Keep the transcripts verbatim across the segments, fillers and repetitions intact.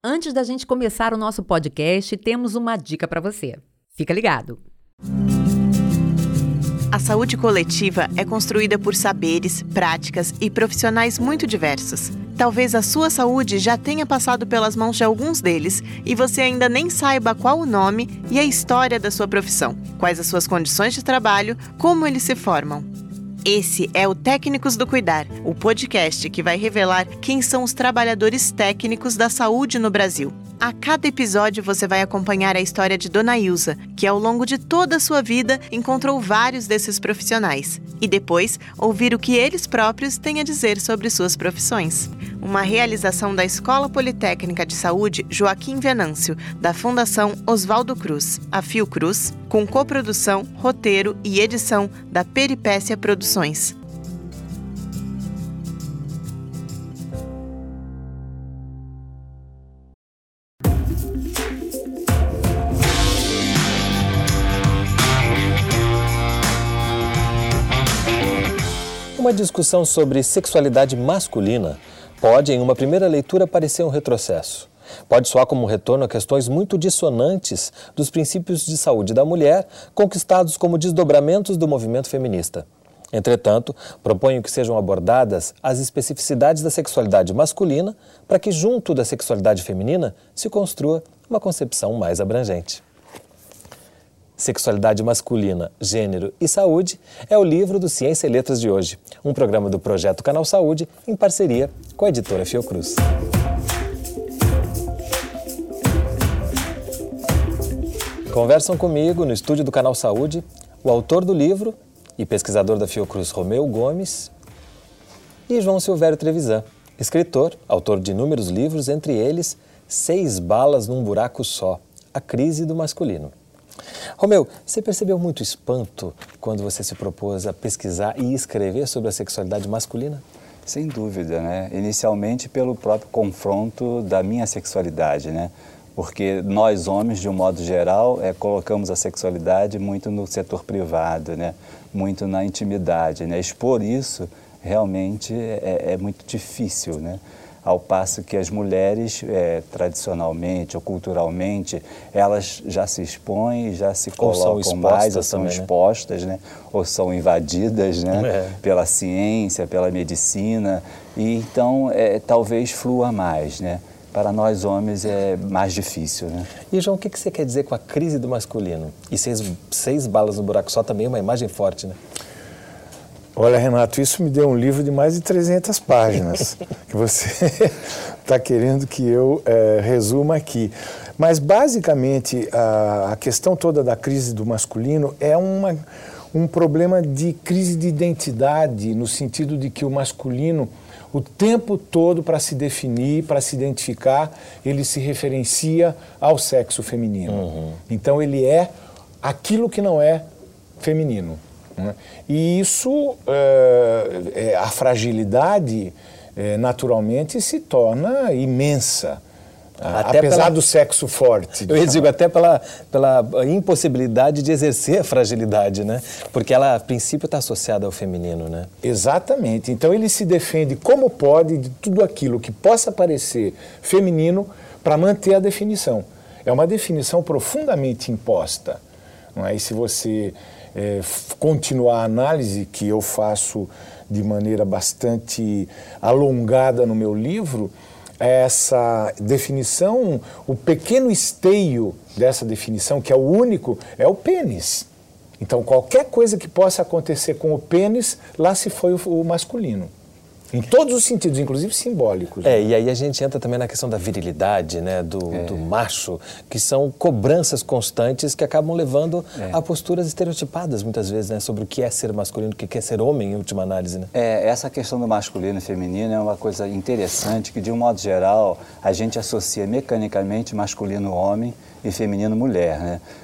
Antes da gente começar o nosso podcast, temos uma dica para você. Fica ligado! A saúde coletiva é construída por saberes, práticas e profissionais muito diversos. Talvez a sua saúde já tenha passado pelas mãos de alguns deles e você ainda nem saiba qual o nome e a história da sua profissão, quais as suas condições de trabalho, como eles se formam. Esse é o Técnicos do Cuidar, o podcast que vai revelar quem são os trabalhadores técnicos da saúde no Brasil. A cada episódio você vai acompanhar a história de Dona Ilza, que ao longo de toda a sua vida encontrou vários desses profissionais. E depois, ouvir o que eles próprios têm a dizer sobre suas profissões. Uma realização da Escola Politécnica de Saúde Joaquim Venâncio, da Fundação Oswaldo Cruz, a Fiocruz, com coprodução, roteiro e edição da Peripécia Produções. Uma discussão sobre sexualidade masculina pode, em uma primeira leitura, parecer um retrocesso. Pode soar como um retorno a questões muito dissonantes dos princípios de saúde da mulher, conquistados como desdobramentos do movimento feminista. Entretanto, proponho que sejam abordadas as especificidades da sexualidade masculina para que, junto da sexualidade feminina, se construa uma concepção mais abrangente. Sexualidade Masculina, Gênero e Saúde é o livro do Ciência e Letras de hoje, um programa do Projeto Canal Saúde em parceria com a editora Fiocruz. Conversam comigo no estúdio do Canal Saúde o autor do livro e pesquisador da Fiocruz, Romeu Gomes, e João Silvério Trevisan, escritor, autor de inúmeros livros, entre eles Seis Balas num Buraco Só, A Crise do Masculino. Romeu, você percebeu muito espanto quando você se propôs a pesquisar e escrever sobre a sexualidade masculina? Sem dúvida, né? Inicialmente pelo próprio confronto da minha sexualidade, né? Porque nós homens, de um modo geral, é, colocamos a sexualidade muito no setor privado, né? Muito na intimidade, né? Expor isso realmente é, é muito difícil, né? Ao passo que as mulheres, é, tradicionalmente ou culturalmente, elas já se expõem, já se colocam mais, ou são também, expostas, né? Ou são invadidas, né? É. Pela ciência, pela medicina, e então é, talvez flua mais, né? Para nós homens é mais difícil, né? E, João, o que você quer dizer com a crise do masculino? E seis, seis balas no buraco só também é uma imagem forte, né? Olha, Renato, isso me deu um livro de mais de trezentas páginas, que você está querendo que eu é, resuma aqui. Mas, basicamente, a, a questão toda da crise do masculino é uma, um problema de crise de identidade, no sentido de que o masculino, o tempo todo, para se definir, para se identificar, ele se referencia ao sexo feminino. Uhum. Então, ele é aquilo que não é feminino. E isso, é, a fragilidade, é, naturalmente, se torna imensa, até apesar pela, do sexo forte. Eu digo, até pela, pela impossibilidade de exercer a fragilidade, né? Porque ela, a princípio, está associada ao feminino, né? Exatamente. Então, ele se defende como pode de tudo aquilo que possa parecer feminino para manter a definição. É uma definição profundamente imposta. Não é? E se você... É, continuar a análise, que eu faço de maneira bastante alongada no meu livro, essa definição, o pequeno esteio dessa definição, que é o único, é o pênis. Então, qualquer coisa que possa acontecer com o pênis, lá se foi o, o masculino. Em todos os sentidos, inclusive simbólicos. É, né? E aí a gente entra também na questão da virilidade, né, do, é. do macho, que são cobranças constantes que acabam levando é. a posturas estereotipadas, muitas vezes, né, sobre o que é ser masculino, o que é ser homem, em última análise. Né? É, essa questão do masculino e feminino é uma coisa interessante, que, de um modo geral, a gente associa mecanicamente masculino homem e feminino mulher, né?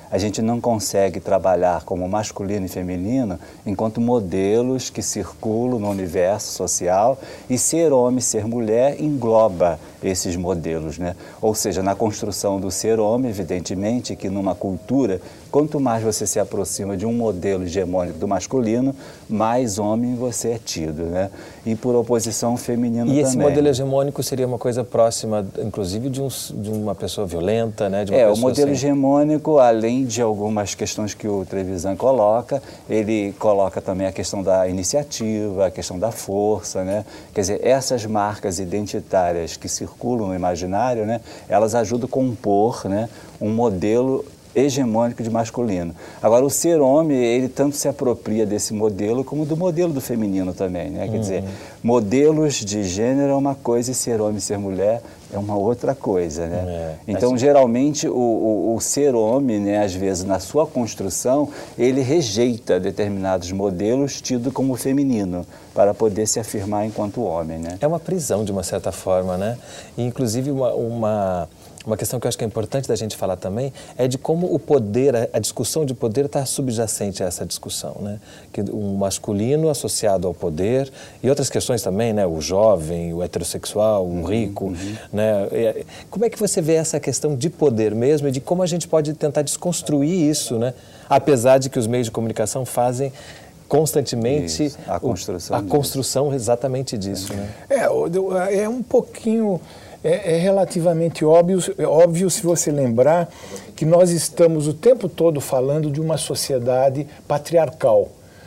A gente não consegue trabalhar como masculino e feminino enquanto modelos que circulam no universo social, e ser homem, ser mulher engloba esses modelos, né? Ou seja, na construção do ser homem, evidentemente que numa cultura, quanto mais você se aproxima de um modelo hegemônico do masculino, mais homem você é tido, né? E por oposição, feminino também. E esse modelo hegemônico seria uma coisa próxima, inclusive, de, um, de uma pessoa violenta, né? De uma é, pessoa o modelo assim... hegemônico, além de algumas questões que o Trevisan coloca, ele coloca também a questão da iniciativa, a questão da força, né? Quer dizer, essas marcas identitárias que circulam no imaginário, né? Elas ajudam a compor, né? Um modelo hegemônico de masculino. Agora, o ser homem, ele tanto se apropria desse modelo como do modelo do feminino também, né? Quer uhum. dizer, modelos de gênero é uma coisa e ser homem e ser mulher é uma outra coisa, né? É, então, mas... geralmente, o, o, o ser homem, né, às vezes, na sua construção, ele rejeita determinados modelos tidos como feminino, para poder se afirmar enquanto homem, né? É uma prisão, de uma certa forma, né? E, inclusive, uma... uma... Uma questão que eu acho que é importante da gente falar também é de como o poder, a, a discussão de poder está subjacente a essa discussão, né? Que o masculino associado ao poder e outras questões também, né? O jovem, o heterossexual, o rico, uhum, uhum. né? E, como é que você vê essa questão de poder mesmo e de como a gente pode tentar desconstruir isso, né? Apesar de que os meios de comunicação fazem constantemente isso, a construção, o, a construção exatamente disso, né? É, é um pouquinho... É, é relativamente óbvio, é óbvio se você lembrar que nós estamos o tempo todo falando de uma sociedade patriarcal.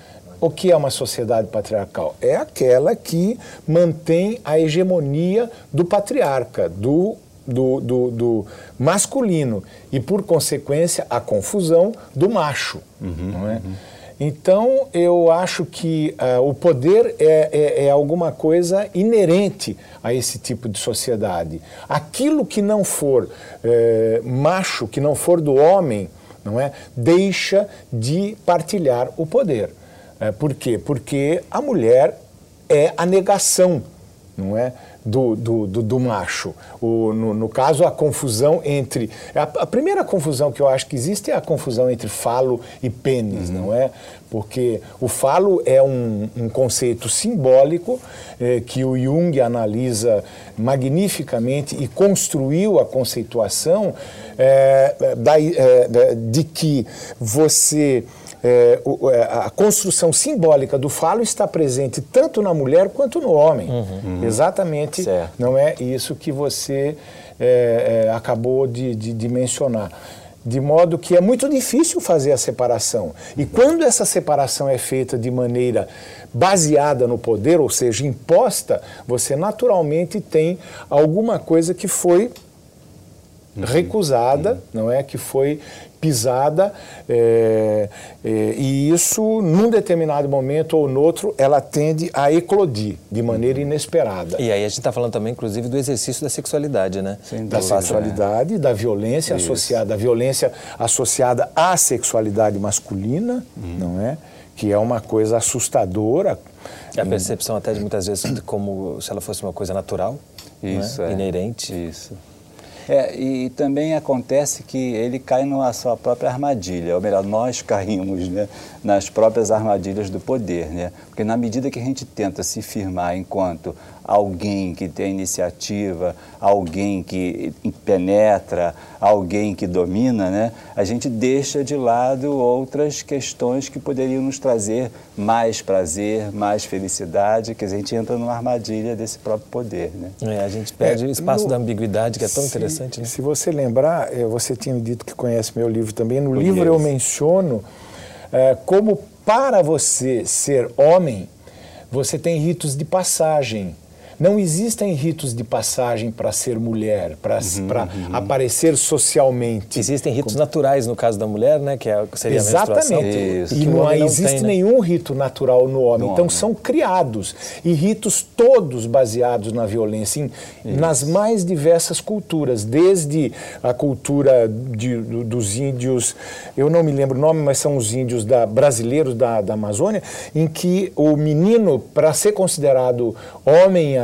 O que é uma sociedade patriarcal? É aquela que mantém a hegemonia do patriarca, do, do, do, do masculino e, por consequência, a confusão do macho. Uhum, não é? Uhum. Então, eu acho que uh, o poder é, é, é alguma coisa inerente a esse tipo de sociedade. Aquilo que não for eh, macho, que não for do homem, não é, deixa de partilhar o poder. É, por quê? Porque a mulher é a negação, não é? Do, do, do, do macho. O, no, no caso, a confusão entre... A, a primeira confusão que eu acho que existe é a confusão entre falo e pênis, uhum. não é? Porque o falo é um, um conceito simbólico eh, que o Jung analisa magnificamente e construiu a conceituação eh, da, eh, de que você... É, a construção simbólica do falo está presente tanto na mulher quanto no homem. Uhum, uhum. Exatamente, certo. Não é isso que você é, é, acabou de, de, de mencionar. De modo que é muito difícil fazer a separação. E quando essa separação é feita de maneira baseada no poder, ou seja, imposta, você naturalmente tem alguma coisa que foi uhum. recusada, uhum. não é? Que foi pisada, é, é, e isso, num determinado momento ou noutro, ela tende a eclodir de maneira inesperada. E aí a gente está falando também, inclusive, do exercício da sexualidade, né? Sim, da sexualidade, é. da violência isso. associada, da violência associada à sexualidade masculina, hum. não é? Que é uma coisa assustadora. É a percepção até de muitas vezes de como se ela fosse uma coisa natural, isso, né? é. inerente. Isso. É, e também acontece que ele cai na sua própria armadilha, ou melhor, nós caímos, né, nas próprias armadilhas do poder, né? Porque na medida que a gente tenta se firmar enquanto alguém que tem iniciativa, alguém que penetra, alguém que domina, né, a gente deixa de lado outras questões que poderiam nos trazer mais prazer, mais felicidade, que a gente entra numa armadilha desse próprio poder, né? É, a gente perde o é, espaço no, da ambiguidade, que é tão se, interessante, né? Se você lembrar, você tinha me dito que conhece meu livro também, no Conheço. livro eu menciono é, como para você ser homem, você tem ritos de passagem. Não existem ritos de passagem para ser mulher, para uhum, uhum. aparecer socialmente. Existem ritos Como... naturais no caso da mulher, né? Que é, seria Exatamente. a menstruação. Isso. E não, não existe tem, nenhum né? rito natural no homem. No então homem. São criados. E ritos todos baseados na violência, em, nas mais diversas culturas. Desde a cultura de, do, dos índios, eu não me lembro o nome, mas são os índios da, brasileiros da, da Amazônia, em que o menino, para ser considerado homem adulto,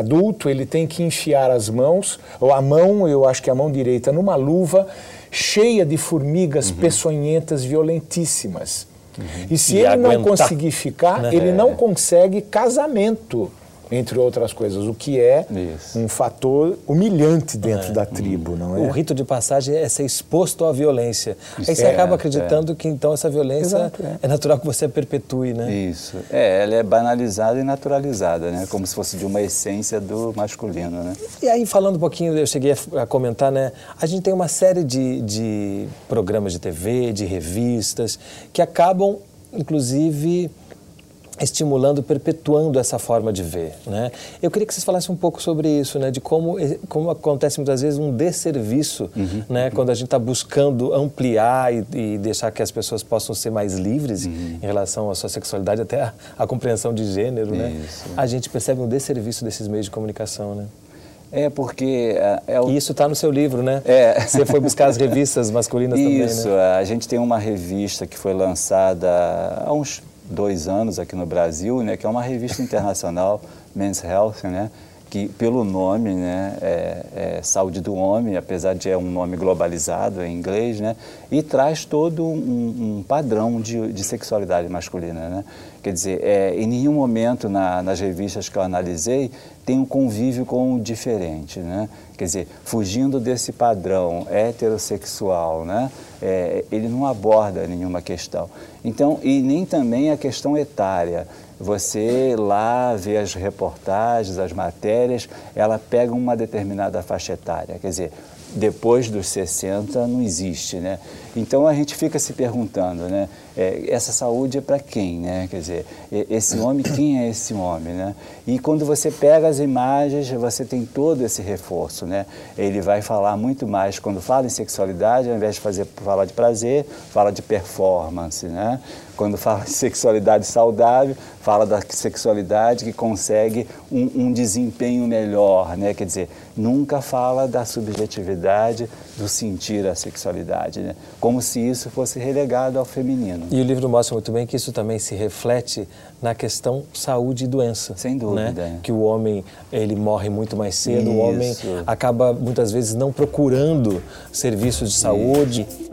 adulto, ele tem que enfiar as mãos, ou a mão, eu acho que a mão direita, numa luva cheia de formigas uhum. peçonhentas violentíssimas. Uhum. E se e ele aguentar. não conseguir ficar, é. ele não consegue casamento, entre outras coisas, o que é Isso. um fator humilhante dentro é. da tribo, não é? O rito de passagem é ser exposto à violência. Isso. Aí você é, acaba acreditando é. que então essa violência Exato, é. é natural que você a perpetue, né? Isso. É, ela é banalizada e naturalizada, né? Como se fosse de uma essência do masculino, né? E aí, falando um pouquinho, eu cheguei a, a comentar, né? A gente tem uma série de, de programas de T V, de revistas, que acabam, inclusive, estimulando, perpetuando essa forma de ver, né? Eu queria que vocês falassem um pouco sobre isso, né? De como, como acontece muitas vezes um desserviço, uhum, né? Uhum. Quando a gente está buscando ampliar e, e deixar que as pessoas possam ser mais livres uhum. em relação à sua sexualidade, até a, a compreensão de gênero, né? Isso. A gente percebe um desserviço desses meios de comunicação, né? É porque... É o... E isso está no seu livro, né? É. Você foi buscar as revistas masculinas isso, também, né? Isso, a gente tem uma revista que foi lançada há uns dois anos aqui no Brasil, né, que é uma revista internacional, Men's Health, né, que pelo nome, né, é, é Saúde do Homem, apesar de é um nome globalizado em inglês, né, e traz todo um, um padrão de, de sexualidade masculina, né. Quer dizer, é, em nenhum momento na, nas revistas que eu analisei tem um convívio com o diferente, né? Quer dizer, fugindo desse padrão heterossexual, né? É, ele não aborda nenhuma questão. Então, e nem também a questão etária. Você lá vê as reportagens, as matérias, ela pega uma determinada faixa etária, quer dizer, depois dos sessenta não existe, né? Então a gente fica se perguntando, né? É, essa saúde é para quem, né? Quer dizer, esse homem, quem é esse homem, né? E quando você pega as imagens, você tem todo esse reforço, né? Ele vai falar muito mais, quando fala em sexualidade, ao invés de fazer, falar de prazer, fala de performance, né? Quando fala de sexualidade saudável, fala da sexualidade que consegue um, um desempenho melhor, né? Quer dizer, nunca fala da subjetividade do sentir a sexualidade, né? Como se isso fosse relegado ao feminino. E o livro mostra muito bem que isso também se reflete na questão saúde e doença. Sem dúvida. Né? Que o homem, ele morre muito mais cedo, isso. O homem acaba muitas vezes não procurando serviços de saúde. Isso.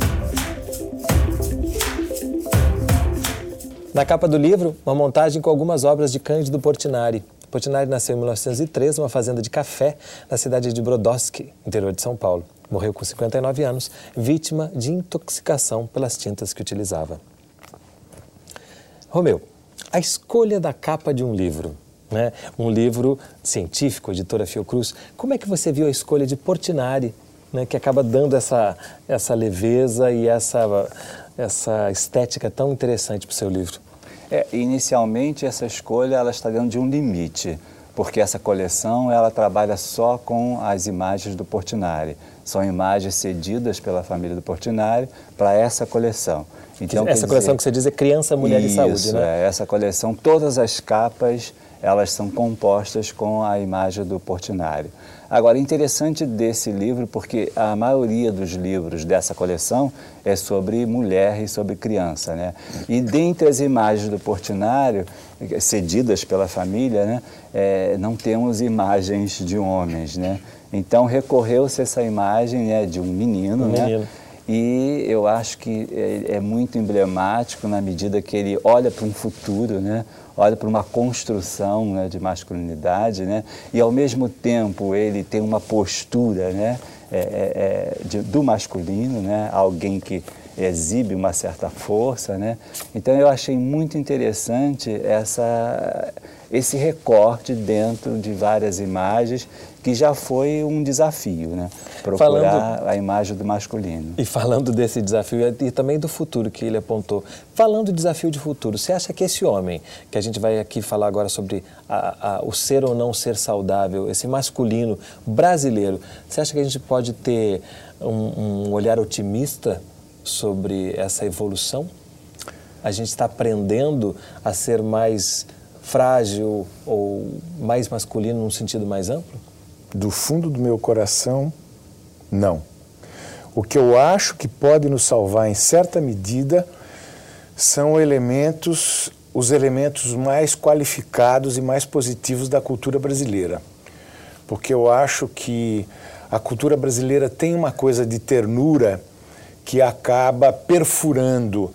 Na capa do livro, uma montagem com algumas obras de Cândido Portinari. Portinari nasceu em mil novecentos e três numa fazenda de café na cidade de Brodowski, interior de São Paulo. Morreu com cinquenta e nove anos, vítima de intoxicação pelas tintas que utilizava. Romeu, a escolha da capa de um livro, né? Um livro científico, editora Fiocruz, como é que você viu a escolha de Portinari, né? Que acaba dando essa, essa leveza e essa, essa estética tão interessante para o seu livro? É, inicialmente, essa escolha ela está dentro de um limite, porque essa coleção ela trabalha só com as imagens do Portinari. São imagens cedidas pela família do Portinari para essa coleção. Então, essa coleção dizer, que você diz é Criança, Mulher isso, e Saúde, né? É, essa coleção, todas as capas, elas são compostas com a imagem do Portinari. Agora, interessante desse livro, porque a maioria dos livros dessa coleção é sobre mulher e sobre criança, né? E dentre as imagens do Portinari, cedidas pela família, né, é, não temos imagens de homens, né? Então, recorreu-se essa imagem, né, de um menino, um né? Menino. E eu acho que é, é muito emblemático na medida que ele olha para um futuro, né? Olha para uma construção, né, de masculinidade, né? E ao mesmo tempo ele tem uma postura, né, é, é, de, do masculino, né? Alguém que exibe uma certa força, né? Então eu achei muito interessante essa, esse recorte dentro de várias imagens, que já foi um desafio, né? Procurar falando, a imagem do masculino. E falando desse desafio e também do futuro que ele apontou, falando do desafio de futuro, você acha que esse homem, que a gente vai aqui falar agora sobre a, a, o ser ou não ser saudável, esse masculino brasileiro, você acha que a gente pode ter um, um olhar otimista sobre essa evolução? A gente está aprendendo a ser mais frágil ou mais masculino num sentido mais amplo? Do fundo do meu coração, não. O que eu acho que pode nos salvar em certa medida são elementos os elementos mais qualificados e mais positivos da cultura brasileira. Porque eu acho que a cultura brasileira tem uma coisa de ternura que acaba perfurando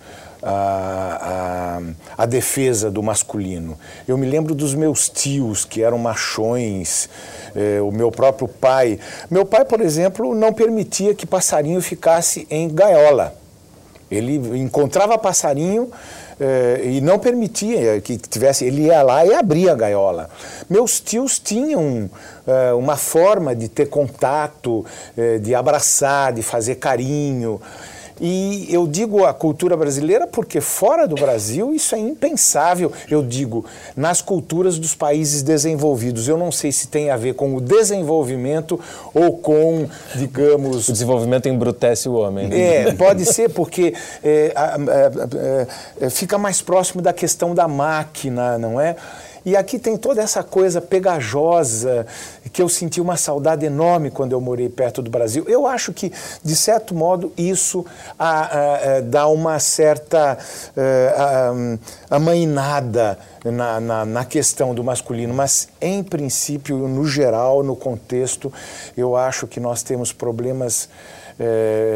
a, a, a defesa do masculino. Eu me lembro dos meus tios, que eram machões, eh, o meu próprio pai. Meu pai, por exemplo, não permitia que passarinho ficasse em gaiola. Ele encontrava passarinho eh, e não permitia que tivesse, ele ia lá e abria a gaiola. Meus tios tinham eh, uma forma de ter contato, eh, de abraçar, de fazer carinho. E eu digo a cultura brasileira porque fora do Brasil isso é impensável. Eu digo, nas culturas dos países desenvolvidos. Eu não sei se tem a ver com o desenvolvimento ou com, digamos... O desenvolvimento embrutece o homem. É, pode ser porque é, é, é, fica mais próximo da questão da máquina, não é? E aqui tem toda essa coisa pegajosa, que eu senti uma saudade enorme quando eu morei perto do Brasil. Eu acho que, de certo modo, isso a, a, a, dá uma certa a, a, amainada na, na, na questão do masculino. Mas, em princípio, no geral, no contexto, eu acho que nós temos problemas... É,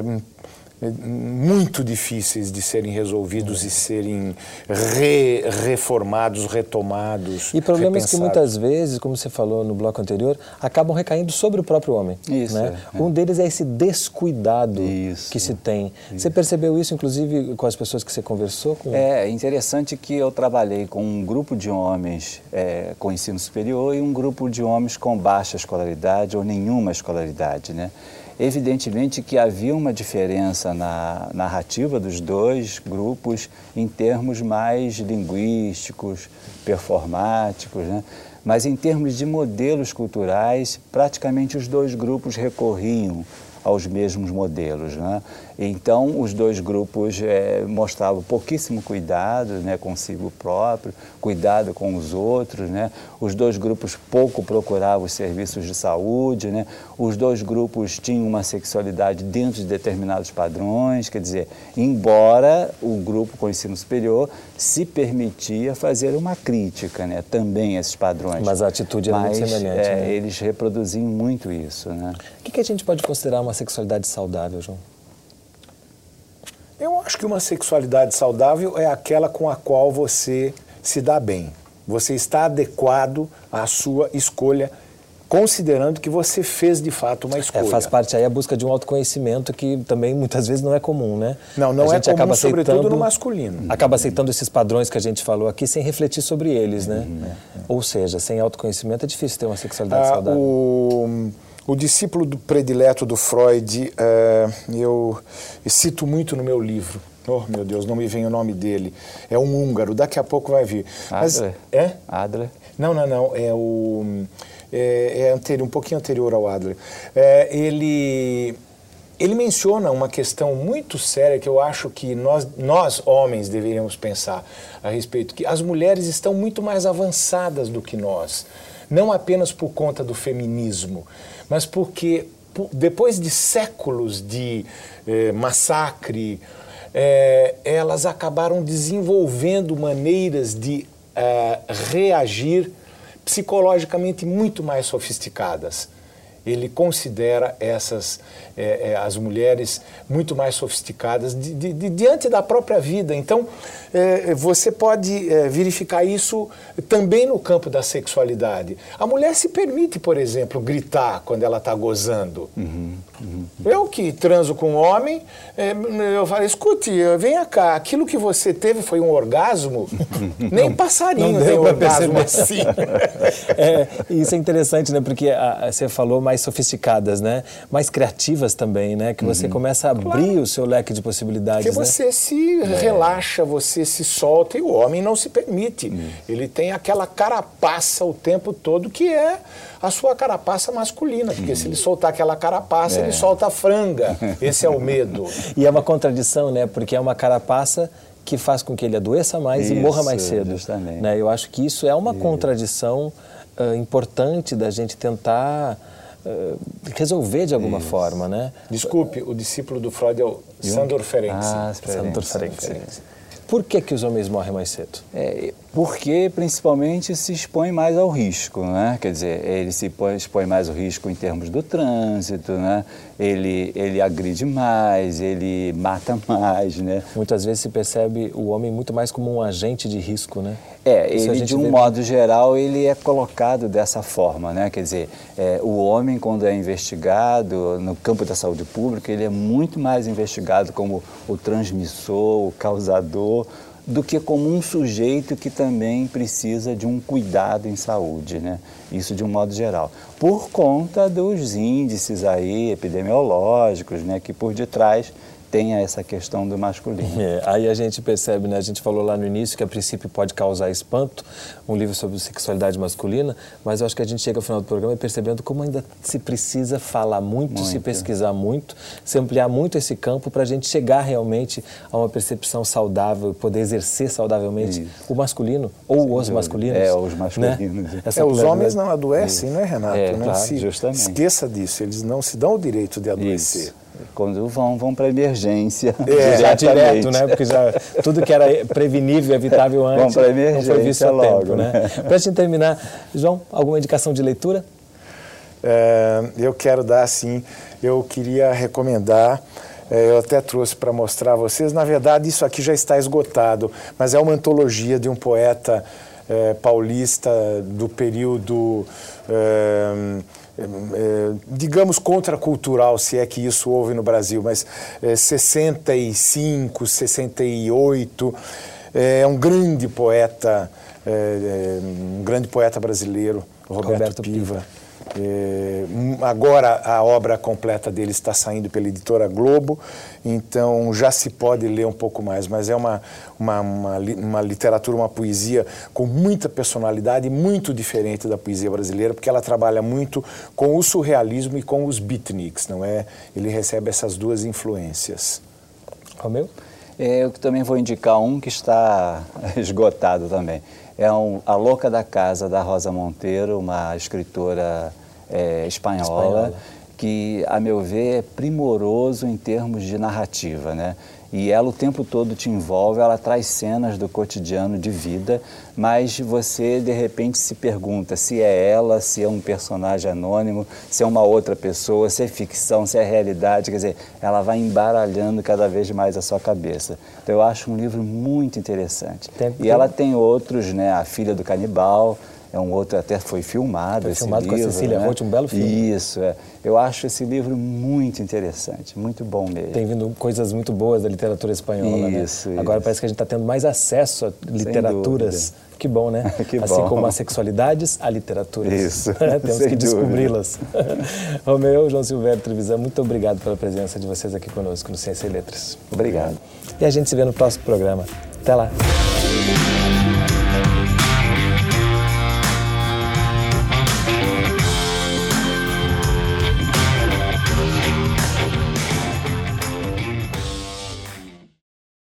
muito difíceis de serem resolvidos é. e serem re, reformados, retomados, e problemas repensados. Que muitas vezes, como você falou no bloco anterior, acabam recaindo sobre o próprio homem. Isso, né? é. Um deles é esse descuidado isso, que se tem. Isso. Você percebeu isso, inclusive, com as pessoas que você conversou? Com... É interessante que eu trabalhei com um grupo de homens é, com ensino superior e um grupo de homens com baixa escolaridade ou nenhuma escolaridade, né? Evidentemente que havia uma diferença na narrativa dos dois grupos em termos mais linguísticos, performáticos, né? Mas em termos de modelos culturais, praticamente os dois grupos recorriam aos mesmos modelos, né? Então, os dois grupos é, mostravam pouquíssimo cuidado, né, consigo próprio, cuidado com os outros, né? Os dois grupos pouco procuravam os serviços de saúde, né? Os dois grupos tinham uma sexualidade dentro de determinados padrões, quer dizer, embora o grupo com ensino superior se permitia fazer uma crítica, né, também a esses padrões. Mas a atitude era Mas, muito semelhante. É, né? Eles reproduziam muito isso, né? O que, que a gente pode considerar uma sexualidade saudável, João? Eu acho que uma sexualidade saudável é aquela com a qual você se dá bem. Você está adequado à sua escolha, considerando que você fez de fato uma escolha. É, faz parte aí a busca de um autoconhecimento que também muitas vezes não é comum, né? Não, não a é gente comum, acaba aceitando, sobretudo no masculino. Acaba aceitando esses padrões que a gente falou aqui sem refletir sobre eles, né? Uhum. Ou seja, sem autoconhecimento é difícil ter uma sexualidade Ah, saudável. O... O discípulo do predileto do Freud, é, eu cito muito no meu livro. Oh, meu Deus, não me vem o nome dele. É um húngaro, daqui a pouco vai vir. Mas, Adler? É? Adler? Não, não, não. É, o, é, é anterior, um pouquinho anterior ao Adler. É, ele, ele menciona uma questão muito séria que eu acho que nós, nós, homens, deveríamos pensar a respeito. Que as mulheres estão muito mais avançadas do que nós. Não apenas por conta do feminismo, mas porque por, depois de séculos de eh, massacre, eh, elas acabaram desenvolvendo maneiras de eh, reagir psicologicamente muito mais sofisticadas. Ele considera essas, eh, eh, as mulheres muito mais sofisticadas de, de, de, diante da própria vida. Então, eh, você pode eh, verificar isso também no campo da sexualidade. A mulher se permite, por exemplo, gritar quando ela está gozando. Uhum, uhum. Eu que transo com um homem, eh, eu falo, escute, venha cá, aquilo que você teve foi um orgasmo? Nem passarinho tem orgasmo assim. É, isso é interessante, né? Porque a, a, você falou mais sofisticadas, né? Mais criativas também, né? Que você uhum. começa a abrir claro. o seu leque de possibilidades. Porque né? você se é. relaxa, você se solta e o homem não se permite. Uhum. Ele tem aquela carapaça o tempo todo que é a sua carapaça masculina. Porque uhum. se ele soltar aquela carapaça, é. ele solta a franga. Esse é o medo. E é uma contradição, né? Porque é uma carapaça que faz com que ele adoeça mais isso, e morra mais cedo. Justamente. Né? Eu acho que isso é uma isso. contradição uh, importante da gente tentar uh, resolver de alguma isso. forma, né? Desculpe, o discípulo do Freud é o Sándor Ferenczi. Ah, Sándor Ferenczi. Por que que os homens morrem mais cedo? É, Porque, principalmente, se expõe mais ao risco, né? Quer dizer, ele se expõe mais ao risco em termos do trânsito, né? Ele, ele agride mais, ele mata mais, né? Muitas vezes se percebe o homem muito mais como um agente de risco, né? É, Isso ele, de um modo geral, ele é colocado dessa forma, né? Quer dizer, é, o homem, quando é investigado no campo da saúde pública, ele é muito mais investigado como o transmissor, o causador, do que como um sujeito que também precisa de um cuidado em saúde, né? Isso de um modo geral. Por conta dos índices aí epidemiológicos, né? Que por detrás tem essa questão do masculino. É, aí a gente percebe, né? A gente falou lá no início que a princípio pode causar espanto, um livro sobre sexualidade masculina, mas eu acho que a gente chega ao final do programa percebendo como ainda se precisa falar muito, muito. se pesquisar muito, se ampliar muito esse campo para a gente chegar realmente a uma percepção saudável, poder exercer saudavelmente Isso. o masculino ou Sem os dúvida. masculinos. É, os masculinos. Né? É, os homens não adoecem, Isso. né, Renato? É, não claro, se justamente. esqueça disso, eles não se dão o direito de adoecer. Isso. Quando vão, vão para emergência. É, já direto, né? Porque já tudo que era prevenível, evitável antes, vão para emergência não foi visto logo, a tempo, né? né? Para a gente terminar, João, alguma indicação de leitura? É, eu quero dar, sim, eu queria recomendar, é, eu até trouxe para mostrar a vocês, na verdade isso aqui já está esgotado, mas é uma antologia de um poeta é, paulista do período... É, É, digamos contracultural, se é que isso houve no Brasil, mas é, sessenta e cinco, sessenta e oito, é um grande poeta, é, um grande poeta brasileiro, Roberto, Roberto Piva. Piva. É, agora a obra completa dele está saindo pela editora Globo, então já se pode ler um pouco mais, mas é uma, uma, uma, uma literatura, uma poesia com muita personalidade, muito diferente da poesia brasileira, porque ela trabalha muito com o surrealismo e com os beatniks, não é? Ele recebe essas duas influências. Romeu? É, eu também vou indicar um que está esgotado também. É um, A Louca da Casa, da Rosa Monteiro, uma escritora é, espanhola, espanhola, que, a meu ver, é primoroso em termos de narrativa, né? E ela o tempo todo te envolve, ela traz cenas do cotidiano de vida, mas você, de repente, se pergunta se é ela, se é um personagem anônimo, se é uma outra pessoa, se é ficção, se é realidade. Quer dizer, ela vai embaralhando cada vez mais a sua cabeça. Então, eu acho um livro muito interessante. Tempo. E ela tem outros, né? A Filha do Canibal, é um outro, até foi filmado foi esse filmado livro. com a Cecília né? Roth, um belo filme. Isso, é. Eu acho esse livro muito interessante, muito bom mesmo. Tem vindo coisas muito boas da literatura espanhola, isso, né? Isso. Agora parece que a gente está tendo mais acesso a literaturas. Que bom, né? Que assim bom. como as sexualidades, a literaturas. Isso. Temos que descobri-las. Romeu, João Silvério Trevisan, muito obrigado pela presença de vocês aqui conosco no Ciência e Letras. Obrigado. E a gente se vê no próximo programa. Até lá.